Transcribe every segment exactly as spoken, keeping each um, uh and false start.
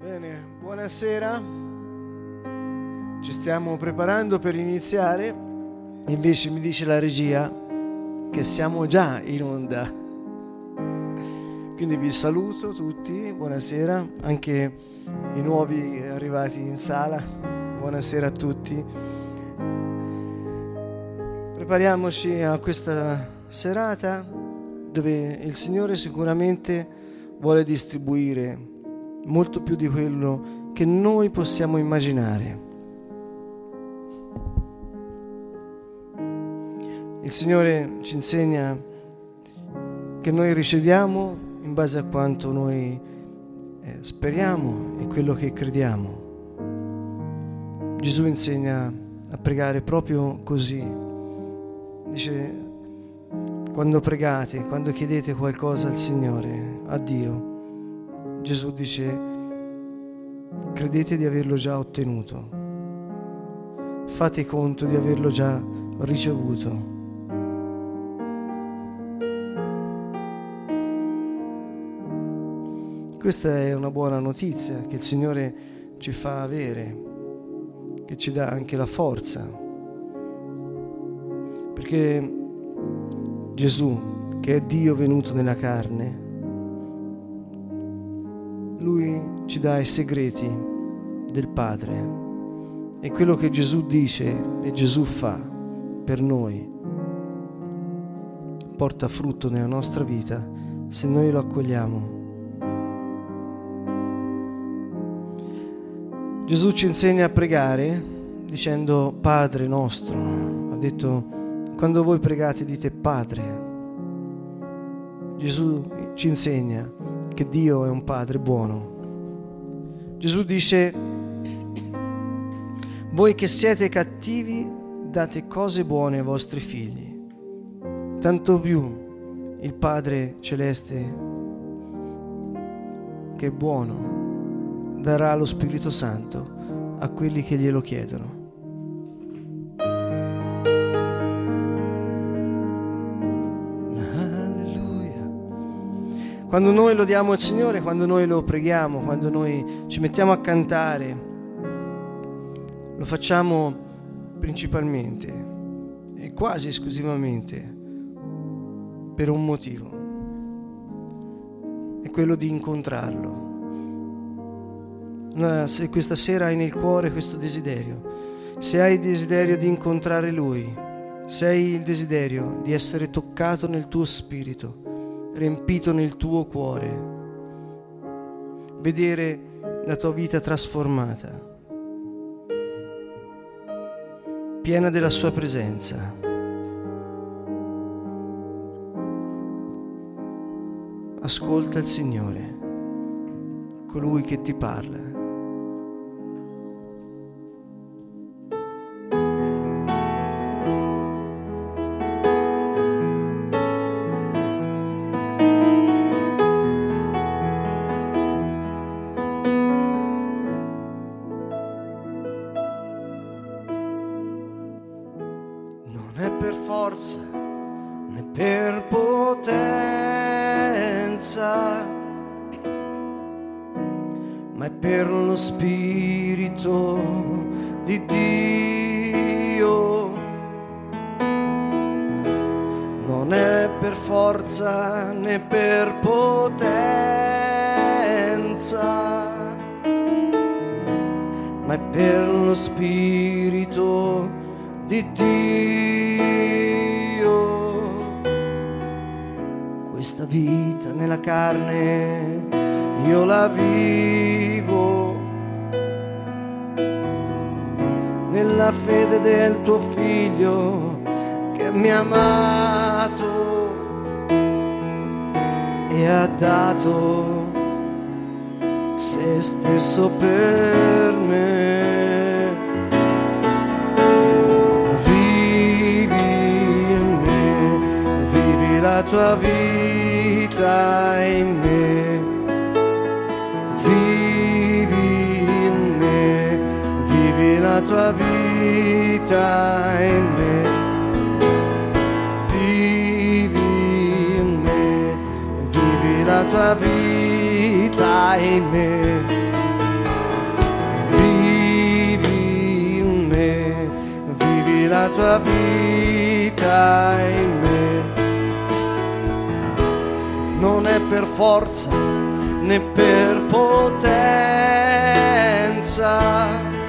Bene, buonasera. Ci stiamo preparando per iniziare. Invece mi dice la regia che siamo già in onda. Quindi vi saluto tutti, buonasera, anche i nuovi arrivati in sala. Buonasera a tutti. Prepariamoci a questa serata dove il Signore sicuramente vuole distribuire molto più di quello che noi possiamo immaginare. Il Signore ci insegna che noi riceviamo in base a quanto noi eh, speriamo e quello che crediamo. Gesù insegna a pregare proprio così. Dice: quando pregate, quando chiedete qualcosa al Signore, a Dio, Gesù dice: credete di averlo già ottenuto, fate conto di averlo già ricevuto. Questa è una buona notizia che il Signore ci fa avere, che ci dà anche la forza, perché Gesù, che è Dio venuto nella carne, Lui ci dà i segreti del Padre, e quello che Gesù dice e Gesù fa per noi porta frutto nella nostra vita se noi lo accogliamo. Gesù ci insegna a pregare dicendo Padre nostro. Ha detto: quando voi pregate dite Padre. Gesù ci insegna che Dio è un Padre buono. Gesù dice: voi che siete cattivi date cose buone ai vostri figli, tanto più il Padre Celeste, che è buono, darà lo Spirito Santo a quelli che glielo chiedono. Quando noi lodiamo il Signore, quando noi lo preghiamo, quando noi ci mettiamo a cantare, lo facciamo principalmente e quasi esclusivamente per un motivo, è quello di incontrarlo. Se questa sera hai nel cuore questo desiderio, se hai il desiderio di incontrare Lui, se hai il desiderio di essere toccato nel tuo spirito, riempito nel tuo cuore, vedere la tua vita trasformata, piena della sua presenza, ascolta il Signore, colui che ti parla. Spirito di Dio, non è per forza né per potenza, ma è per lo Spirito di Dio. Questa vita nella carne io la vivo nella fede del tuo Figlio che mi ha amato e ha dato se stesso per me. Vivi in me, vivi la tua vita in me. La tua vita in me, vivi in me, vivi la tua vita in me. la tua vita in me. Non è per forza né per potenza,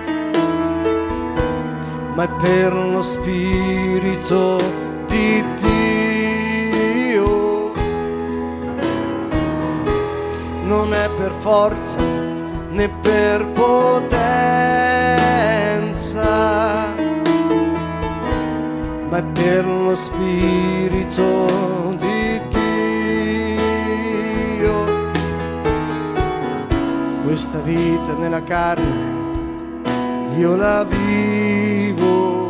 ma è per lo Spirito di Dio. Non è per forza né per potenza, ma è per lo Spirito di Dio. Questa vita nella carne io la vivo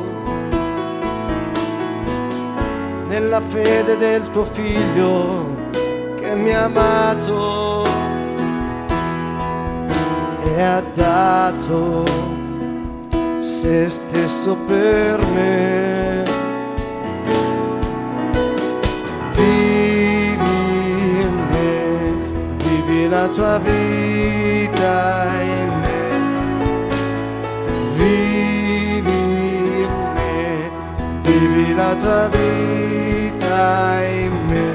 nella fede del tuo Figlio che mi ha amato e ha dato se stesso per me. Vivi in me, vivi la tua vita in me. Vivi in me, vivi la tua vita in me.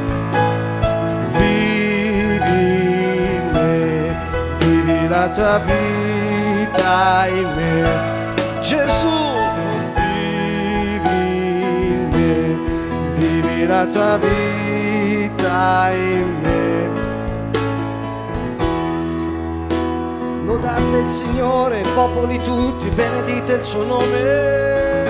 Vivi in me, vivi la tua vita in me. Gesù, vivi in me, vivi la tua vita in me. Lodate il Signore, popoli tutti, benedite il suo nome.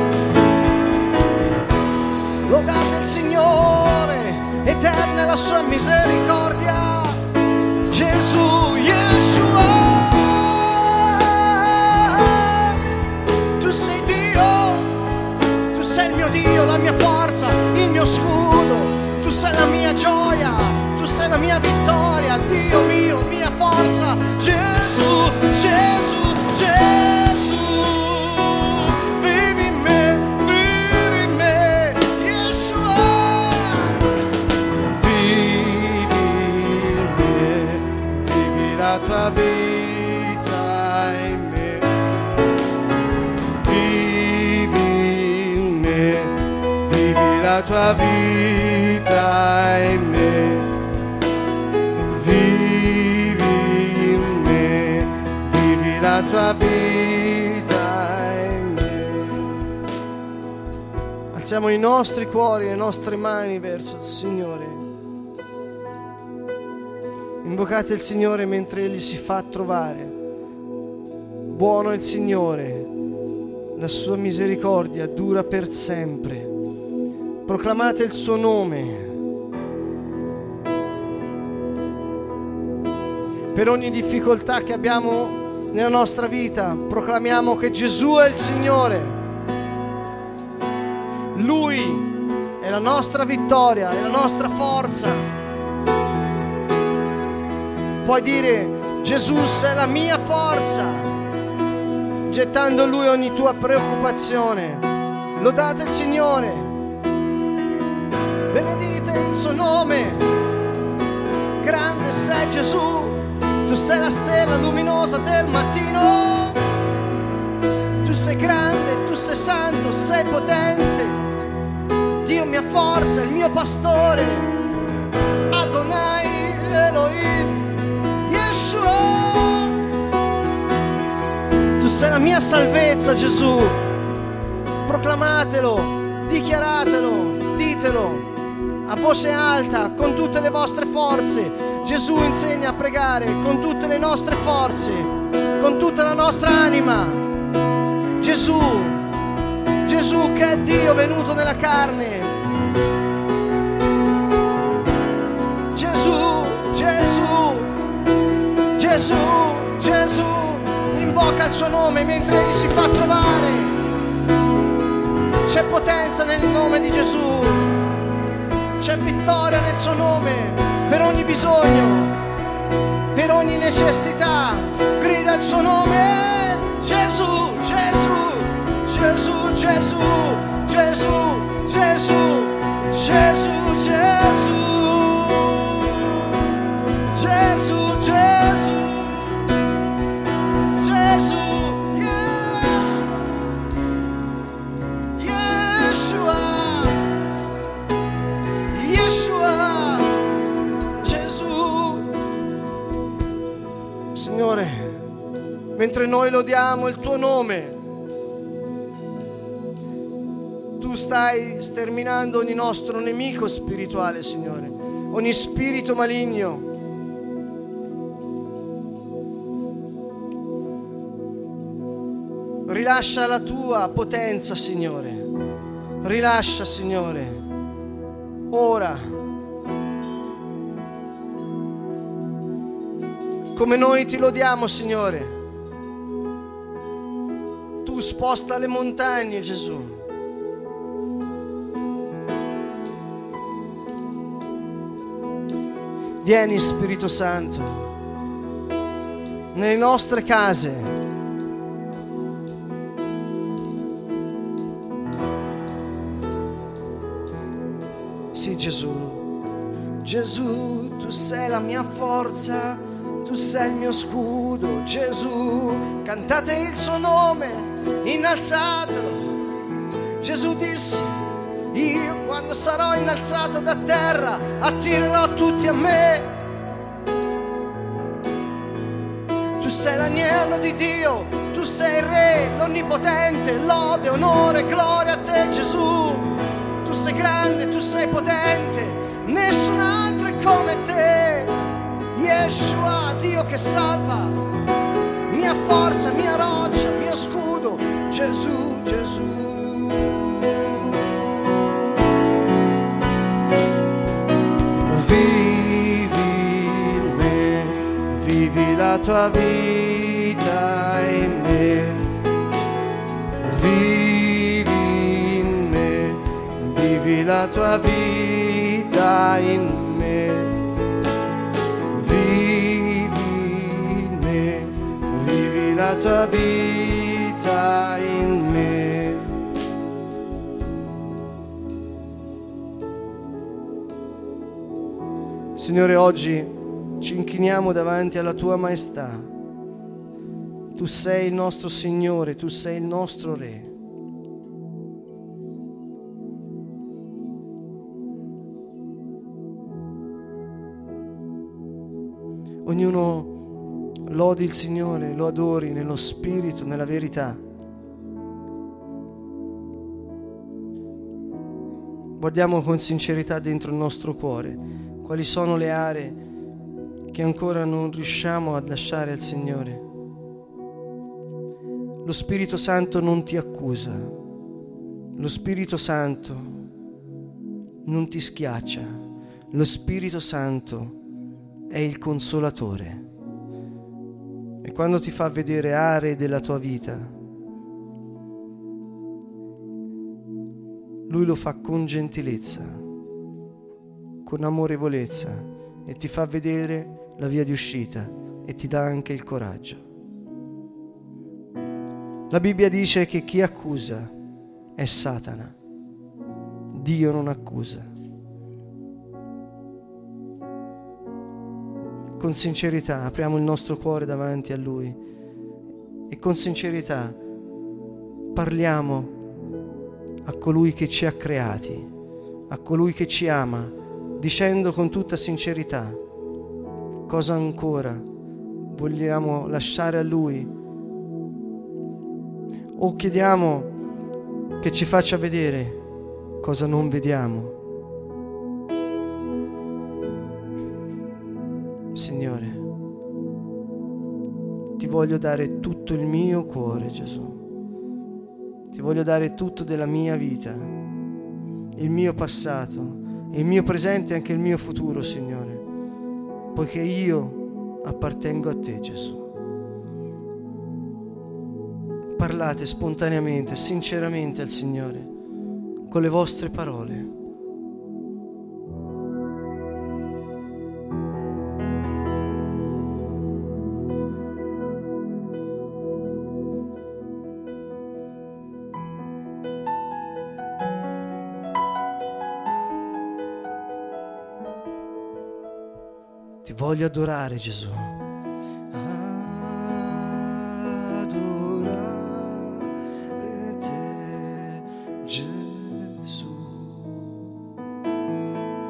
Lodate il Signore, eterna è la sua misericordia. Gesù, Yeshua, tu sei Dio, tu sei il mio Dio, la mia forza, il mio scudo, tu sei la mia gioia, tu sei la mia vittoria, Dio mio, mia forza. Gesù, Gesù, Gesù, vivi in me, vivi in me, Yeshua. Vivi in me, vivi la tua vita in me. Vivi in me, vivi la tua vita in me. La tua vita in me. Alziamo i nostri cuori, le nostre mani verso il Signore. Invocate il Signore mentre Egli si fa trovare. Buono è il Signore, la sua misericordia dura per sempre. Proclamate il suo nome. Per ogni difficoltà che abbiamo nella nostra vita, proclamiamo che Gesù è il Signore. Lui è la nostra vittoria, è la nostra forza. Puoi dire: Gesù, sei la mia forza, gettando in Lui ogni tua preoccupazione. Lodate il Signore, benedite il suo nome. Grande sei Gesù, tu sei la stella luminosa del mattino. Tu sei grande, tu sei santo, sei potente. Dio mia forza, il mio pastore. Adonai Elohim, Yeshua. Tu sei la mia salvezza, Gesù. Proclamatelo, dichiaratelo, ditelo a voce alta, con tutte le vostre forze. Gesù insegna a pregare con tutte le nostre forze, con tutta la nostra anima. Gesù, Gesù che è Dio venuto nella carne. Gesù, Gesù, Gesù, Gesù. Invoca il suo nome mentre Egli si fa trovare. C'è potenza nel nome di Gesù. C'è vittoria nel suo nome, per ogni bisogno, per ogni necessità. Grida il suo nome. Gesù, Gesù, Gesù, Gesù, Gesù, Gesù, Gesù, Gesù, Gesù, Gesù, Gesù, yes. Signore, mentre noi lodiamo il tuo nome, tu stai sterminando ogni nostro nemico spirituale, Signore, ogni spirito maligno. Rilascia la tua potenza, Signore. Rilascia, Signore, ora. Come noi ti lodiamo, Signore. Tu sposta le montagne, Gesù. Vieni, Spirito Santo, nelle nostre case. Sì, Gesù. Gesù, tu sei la mia forza, tu sei il mio scudo. Gesù, cantate il suo nome, innalzatelo. Gesù disse: io quando sarò innalzato da terra attirerò tutti a me. Tu sei l'agnello di Dio, tu sei il Re, l'Onnipotente, lode, onore, gloria a te, Gesù. Tu sei grande, tu sei potente, nessun altro è come te. Yeshua, Dio che salva, mia forza, mia roccia, mio scudo, Gesù, Gesù. Vivi in me, vivi la tua vita in me. Vivi in me, vivi la tua vita in me. Vivi in me, vivi la tua vita in me. Signore, oggi ci inchiniamo davanti alla tua maestà. Tu sei il nostro Signore, tu sei il nostro Re. Ognuno lodi il Signore, lo adori nello spirito, nella verità. Guardiamo con sincerità dentro il nostro cuore quali sono le aree che ancora non riusciamo a lasciare al Signore. Lo Spirito Santo non ti accusa, lo Spirito Santo non ti schiaccia, lo Spirito Santo è il consolatore. E quando ti fa vedere aree della tua vita, Lui lo fa con gentilezza, con amorevolezza, e ti fa vedere la via di uscita e ti dà anche il coraggio. La Bibbia dice che chi accusa è Satana, Dio non accusa. Con sincerità apriamo il nostro cuore davanti a Lui e con sincerità parliamo a colui che ci ha creati, a colui che ci ama, dicendo con tutta sincerità cosa ancora vogliamo lasciare a Lui, o chiediamo che ci faccia vedere cosa non vediamo. Signore, ti voglio dare tutto il mio cuore, Gesù. Ti voglio dare tutto della mia vita, il mio passato, il mio presente e anche il mio futuro, Signore, poiché io appartengo a te, Gesù. Parlate spontaneamente, sinceramente al Signore, con le vostre parole. Ti voglio adorare, Gesù. Adorare te, Gesù.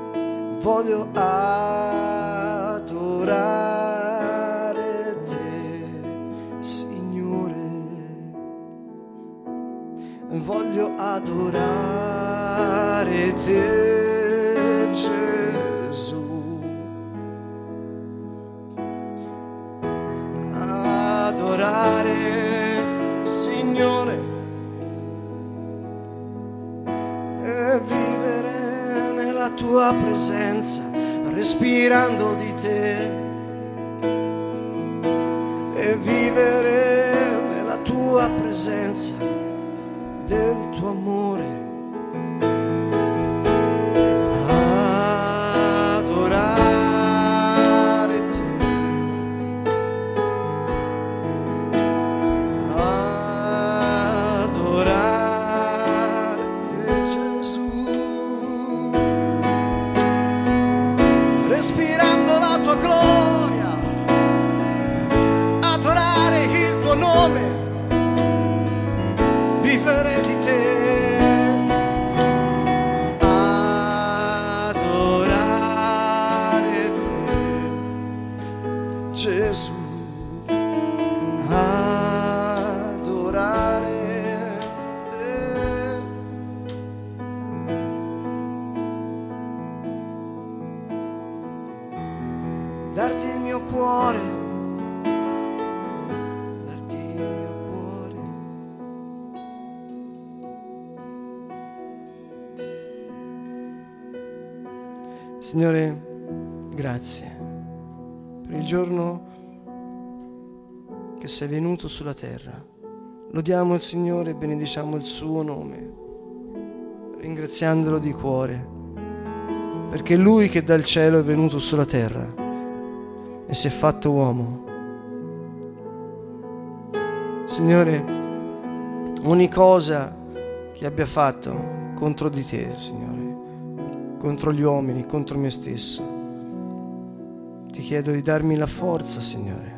Voglio adorare te. voglio adorare te, Gesù, adorare te, Signore, e vivere nella tua presenza, respirando di te, e vivere nella tua presenza del tuo amore. Adorare te, adorare te, Gesù, respirando la tua gloria, adorare il tuo nome, vivere di te, adorare te, Gesù, adorare te. Darti il mio cuore, darti il mio cuore. Signore, grazie per il giorno che sei venuto sulla terra. Lodiamo il Signore e benediciamo il suo nome, ringraziandolo di cuore, perché è Lui che dal cielo è venuto sulla terra e si è fatto uomo. Signore, ogni cosa che abbia fatto contro di te, Signore, contro gli uomini, contro me stesso, ti chiedo di darmi la forza, Signore.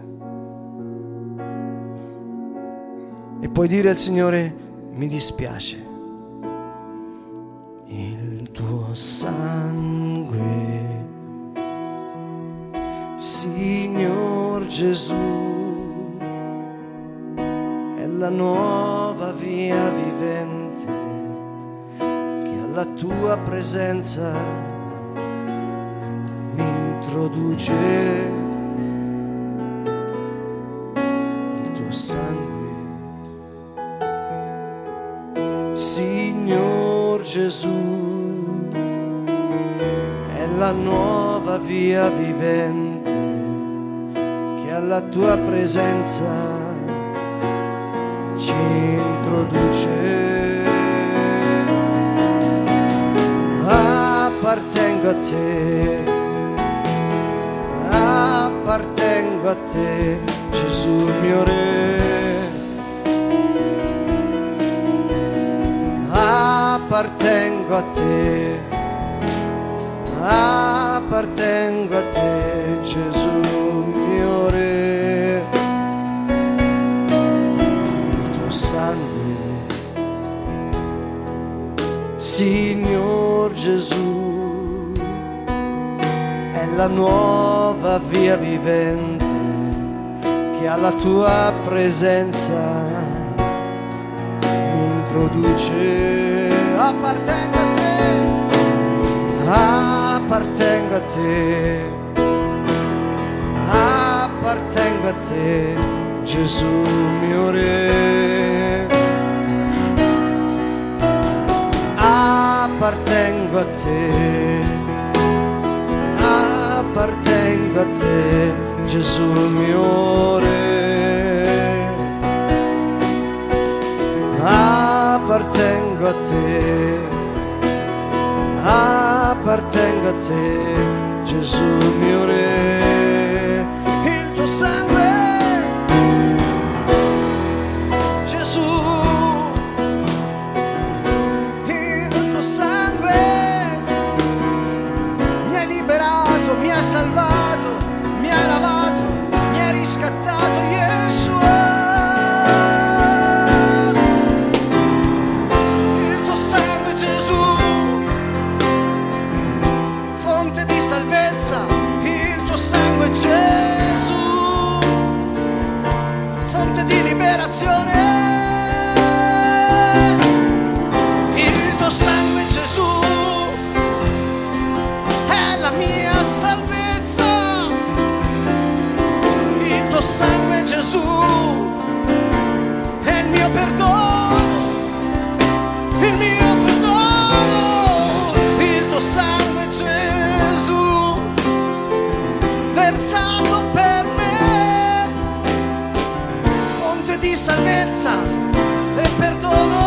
E puoi dire al Signore: mi dispiace. Il tuo sangue, Signor Gesù, è la nuova via vivente che alla tua presenza mi introduce. Il tuo sangue, Signor Gesù, è la nuova via vivente che alla tua presenza ci introduce. Appartengo a te, appartengo a te, Gesù mio Re. Appartengo a te, appartengo a te, Gesù mio Re. Il tuo sangue, Signor Gesù, è la nuova via vivente che alla tua presenza introduce. Appartengo a te, appartengo a te, appartengo a te, Gesù mio Re. Appartengo a te, appartengo a te, Gesù mio Re. Appartengo a te, appartengo a te, Gesù mio Re. Il tuo sangue, Gesù, il tuo sangue mi ha liberato, mi ha salvato, mi ha lavato, mi ha riscattato, Yeshua. Gesù, fonte di liberazione. Gesù, è il mio perdono, il mio perdono, il tuo sangue Gesù, versato per me, fonte di salvezza e perdono.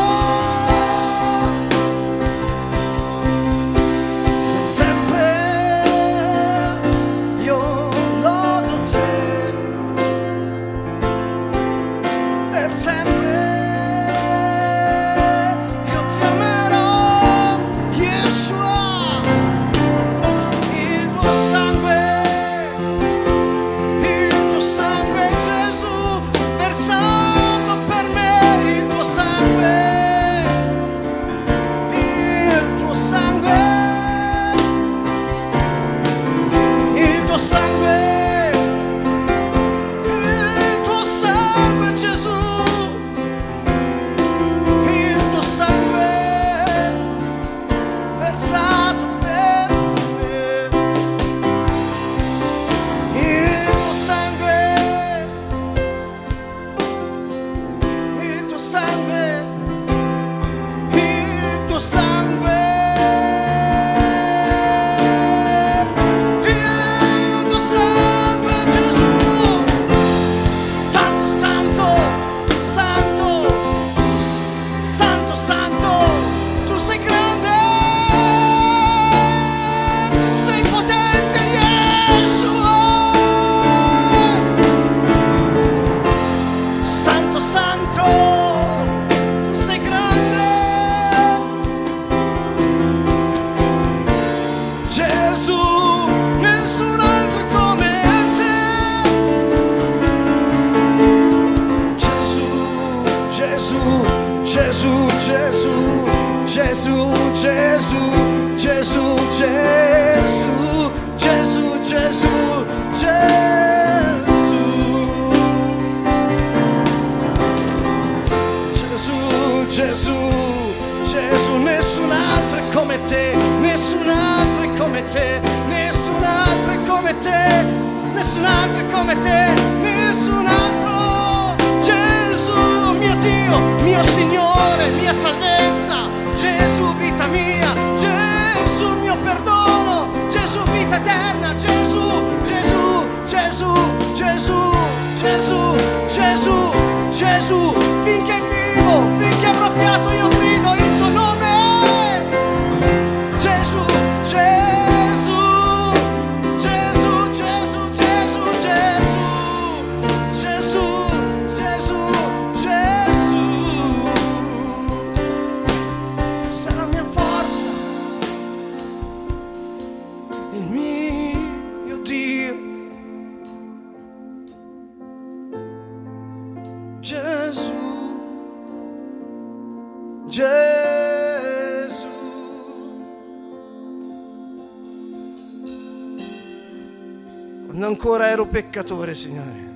Quando ancora ero peccatore, Signore,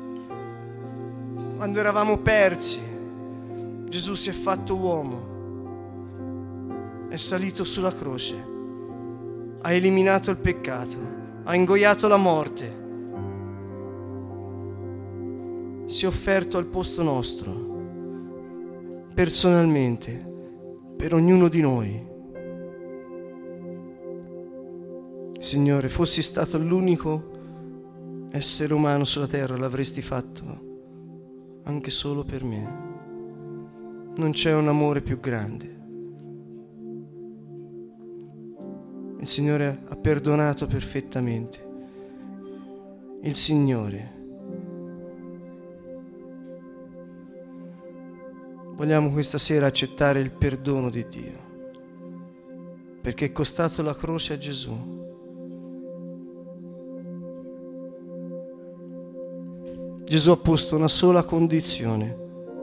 quando eravamo persi, Gesù si è fatto uomo, è salito sulla croce, ha eliminato il peccato, ha ingoiato la morte, si è offerto al posto nostro, personalmente, per ognuno di noi. Signore, fossi stato l'unico essere umano sulla terra, l'avresti fatto anche solo per me. Non c'è un amore più grande. Il Signore ha perdonato perfettamente. Il Signore. Vogliamo questa sera accettare il perdono di Dio, perché è costato la croce a Gesù. Gesù ha posto una sola condizione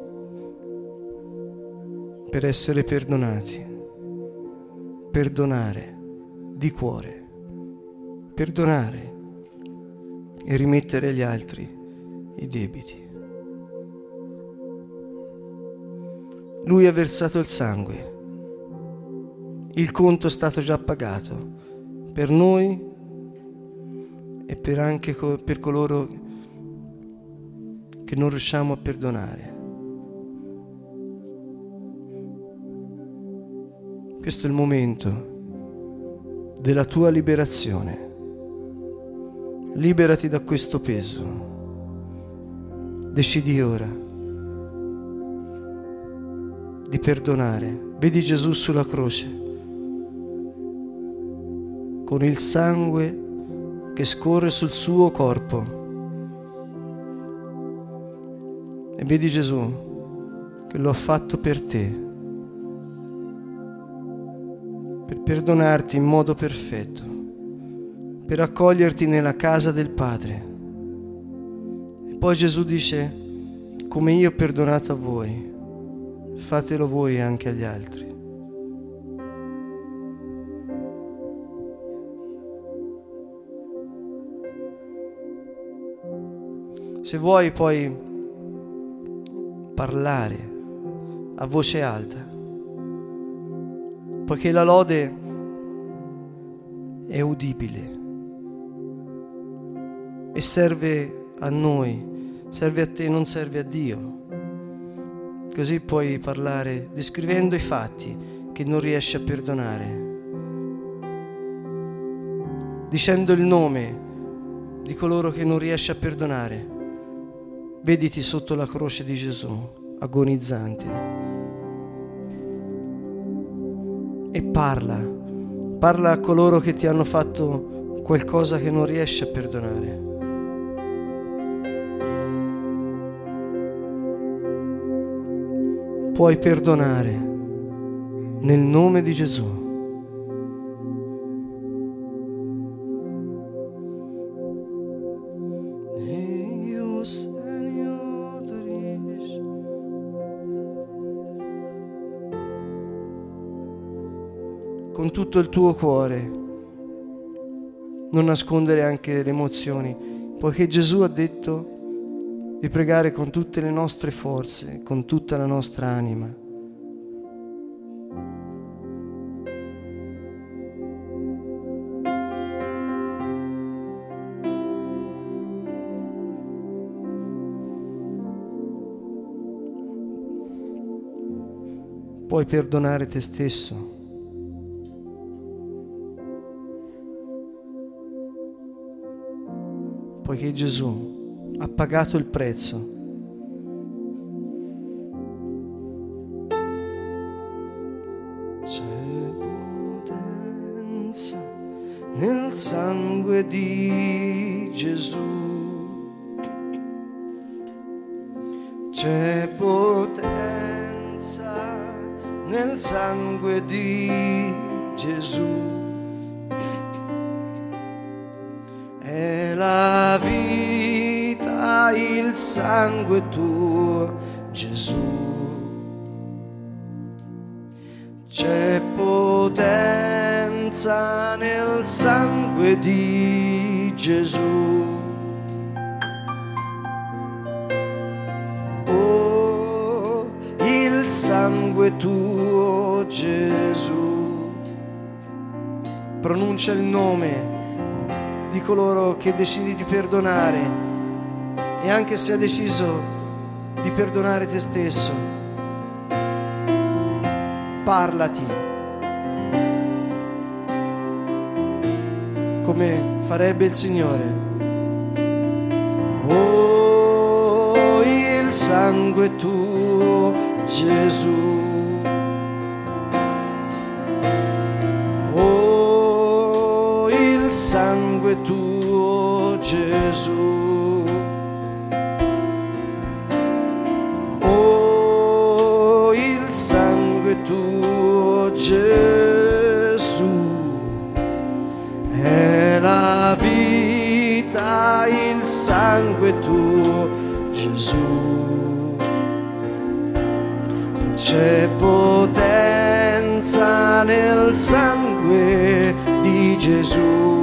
per essere perdonati: perdonare di cuore, perdonare e rimettere agli altri i debiti. Lui ha versato il sangue, il conto è stato già pagato per noi e per anche co- per coloro che non riusciamo a perdonare. Questo è il momento della tua liberazione. Liberati da questo peso. Decidi ora di perdonare. Vedi Gesù sulla croce con il sangue che scorre sul suo corpo e vedi Gesù che lo ha fatto per te, per perdonarti in modo perfetto, per accoglierti nella casa del Padre. E poi Gesù dice: come io ho perdonato a voi, fatelo voi anche agli altri. Se vuoi puoi parlare a voce alta, poiché la lode è udibile e serve a noi, serve a te, non serve a Dio. Così puoi parlare descrivendo i fatti che non riesci a perdonare, dicendo il nome di coloro che non riesci a perdonare. Vediti sotto la croce di Gesù, agonizzante, e parla, parla a coloro che ti hanno fatto qualcosa che non riesci a perdonare. Puoi perdonare nel nome di Gesù. Con tutto il tuo cuore, non nascondere anche le emozioni, poiché Gesù ha detto di pregare con tutte le nostre forze, con tutta la nostra anima. Puoi perdonare te stesso. Poiché Gesù ha pagato il prezzo. C'è potenza nel sangue di Gesù. C'è potenza nel sangue di Gesù. È la vita, il sangue tuo, Gesù. C'è potenza nel sangue di Gesù. Oh, il sangue tuo, Gesù. Pronuncia il nome di coloro che decidi di perdonare, e anche se hai deciso di perdonare te stesso, parlati come farebbe il Signore. Oh, il sangue tuo, Gesù. Sangue tuo, Gesù. Oh, il sangue tuo, Gesù. È la vita, il sangue tuo, Gesù. C'è potenza nel sangue di Gesù.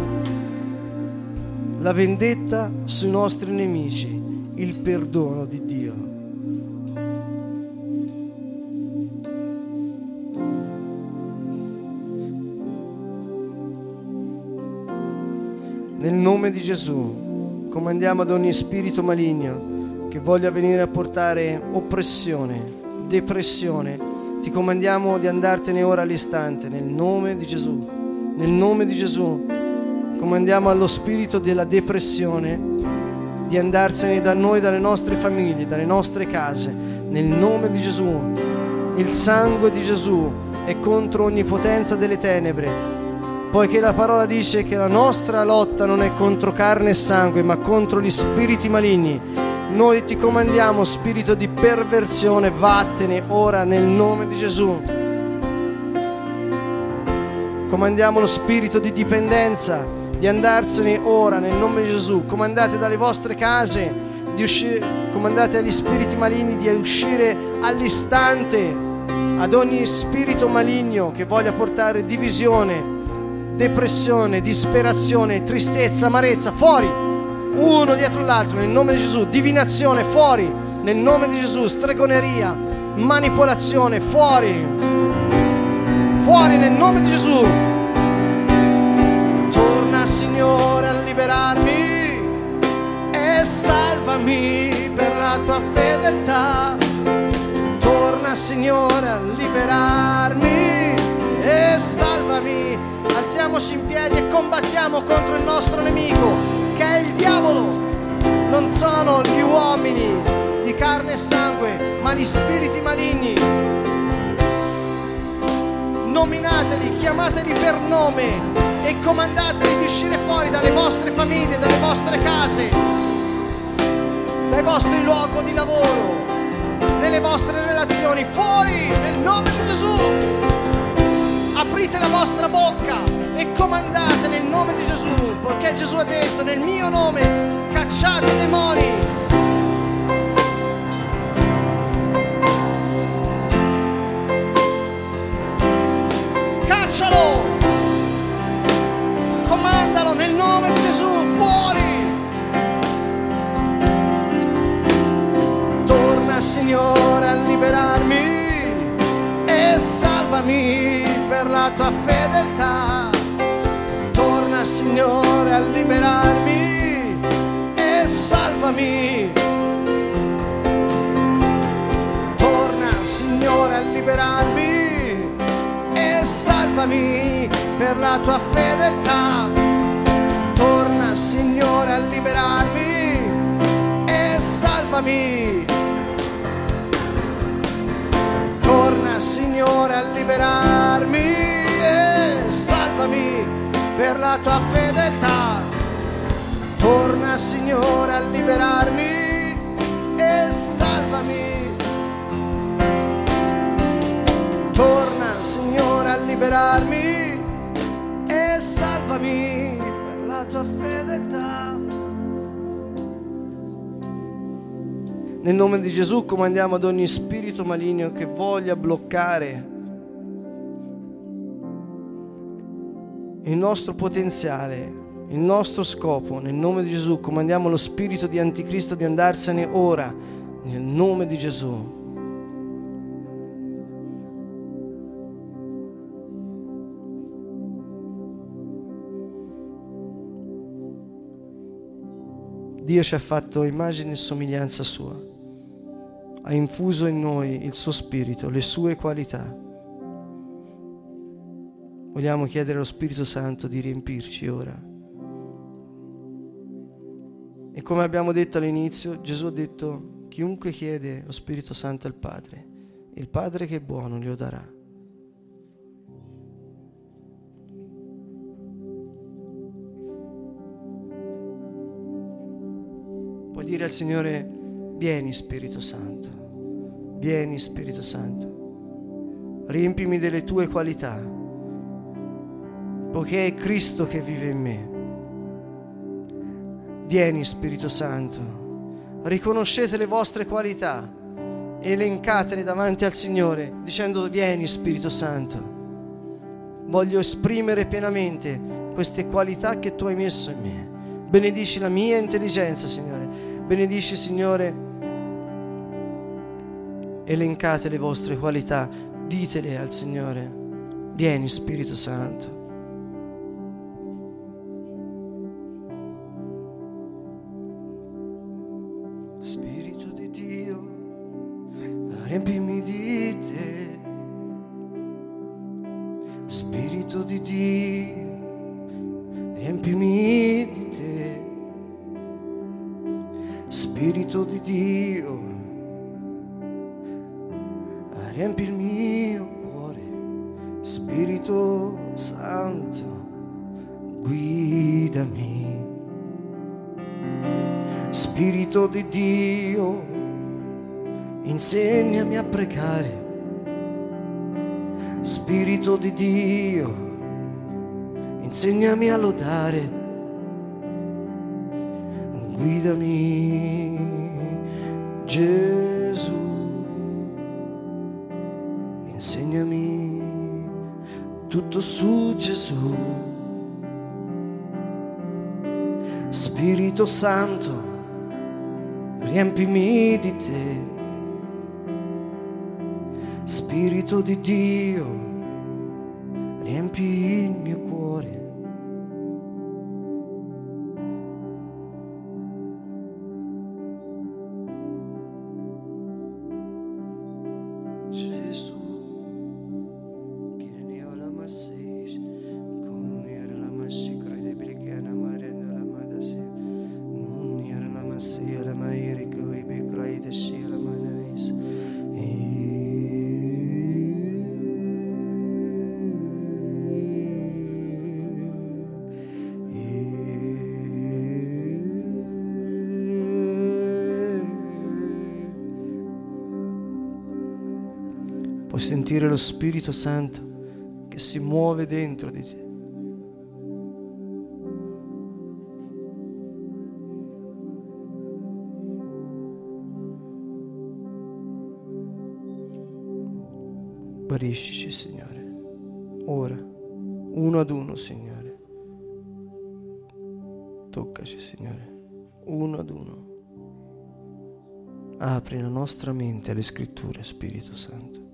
La vendetta sui nostri nemici, il perdono di Dio. Nel nome di Gesù comandiamo ad ogni spirito maligno che voglia venire a portare oppressione, depressione, ti comandiamo di andartene ora all'istante, nel nome di Gesù. Nel nome di Gesù comandiamo allo spirito della depressione di andarsene da noi, dalle nostre famiglie, dalle nostre case, nel nome di Gesù. Il sangue di Gesù è contro ogni potenza delle tenebre, poiché la parola dice che la nostra lotta non è contro carne e sangue, ma contro gli spiriti maligni. Noi ti comandiamo, spirito di perversione, vattene ora nel nome di Gesù. Comandiamo lo spirito di dipendenza di andarsene ora nel nome di Gesù. Comandate dalle vostre case di uscire, comandate agli spiriti maligni di uscire all'istante, ad ogni spirito maligno che voglia portare divisione, depressione, disperazione, tristezza, amarezza, fuori, uno dietro l'altro nel nome di Gesù. Divinazione, fuori nel nome di Gesù. Stregoneria, manipolazione, fuori, fuori nel nome di Gesù. Torna, Signore, a liberarmi e salvami per la tua fedeltà. Torna, Signore, a liberarmi e salvami. Alziamoci in piedi e combattiamo contro il nostro nemico, che è il diavolo. Non sono gli uomini di carne e sangue, ma gli spiriti maligni. Nominateli, chiamateli per nome e comandateli di uscire fuori dalle vostre famiglie, dalle vostre case, dai vostri luoghi di lavoro, nelle vostre relazioni, fuori nel nome di Gesù. Aprite la vostra bocca e comandate nel nome di Gesù, perché Gesù ha detto: nel mio nome cacciate i demoni. Caccialo, comandalo nel nome di Gesù, fuori. Torna, Signore, a liberarmi e salvami per la tua fedeltà. Torna, Signore, a liberarmi e salvami. Torna, Signore, a liberarmi e salvami per la tua fedeltà. Torna, Signore, a liberarmi e salvami. Torna, Signore, a liberarmi e salvami per la tua fedeltà. Torna, Signore, a liberarmi e salvami. Torna, Signore, a liberarmi e salvami per la tua fedeltà. Nel nome di Gesù comandiamo ad ogni spirito maligno che voglia bloccare il nostro potenziale, il nostro scopo. Nel nome di Gesù comandiamo lo spirito di anticristo di andarsene ora, nel nome di Gesù. Dio ci ha fatto immagine e somiglianza sua, ha infuso in noi il suo spirito, le sue qualità. Vogliamo chiedere allo Spirito Santo di riempirci ora. E come abbiamo detto all'inizio, Gesù ha detto: chiunque chiede lo Spirito Santo al Padre, il Padre che è buono glielo darà. Puoi dire al Signore: vieni Spirito Santo, vieni Spirito Santo, riempimi delle tue qualità, poiché è Cristo che vive in me. Vieni Spirito Santo, riconoscete le vostre qualità, elencatele davanti al Signore dicendo: vieni Spirito Santo, voglio esprimere pienamente queste qualità che tu hai messo in me. Benedici la mia intelligenza, Signore. Benedici, Signore, elencate le vostre qualità, ditele al Signore: vieni Spirito Santo. Spirito di Dio, riempimi di te. Spirito di Dio, riempimi di te. Spirito di Dio, riempi il mio cuore. Spirito Santo, guidami. Spirito di Dio, insegnami a pregare. Spirito di Dio, insegnami a lodare. Guidami, Gesù, insegnami tutto su Gesù. Spirito Santo, riempimi di te. Spirito di Dio, riempi il mio cuore. Puoi sentire lo Spirito Santo che si muove dentro di te. Guariscici, Signore, ora, uno ad uno, Signore. Toccaci, Signore, uno ad uno. Apri la nostra mente alle Scritture, Spirito Santo.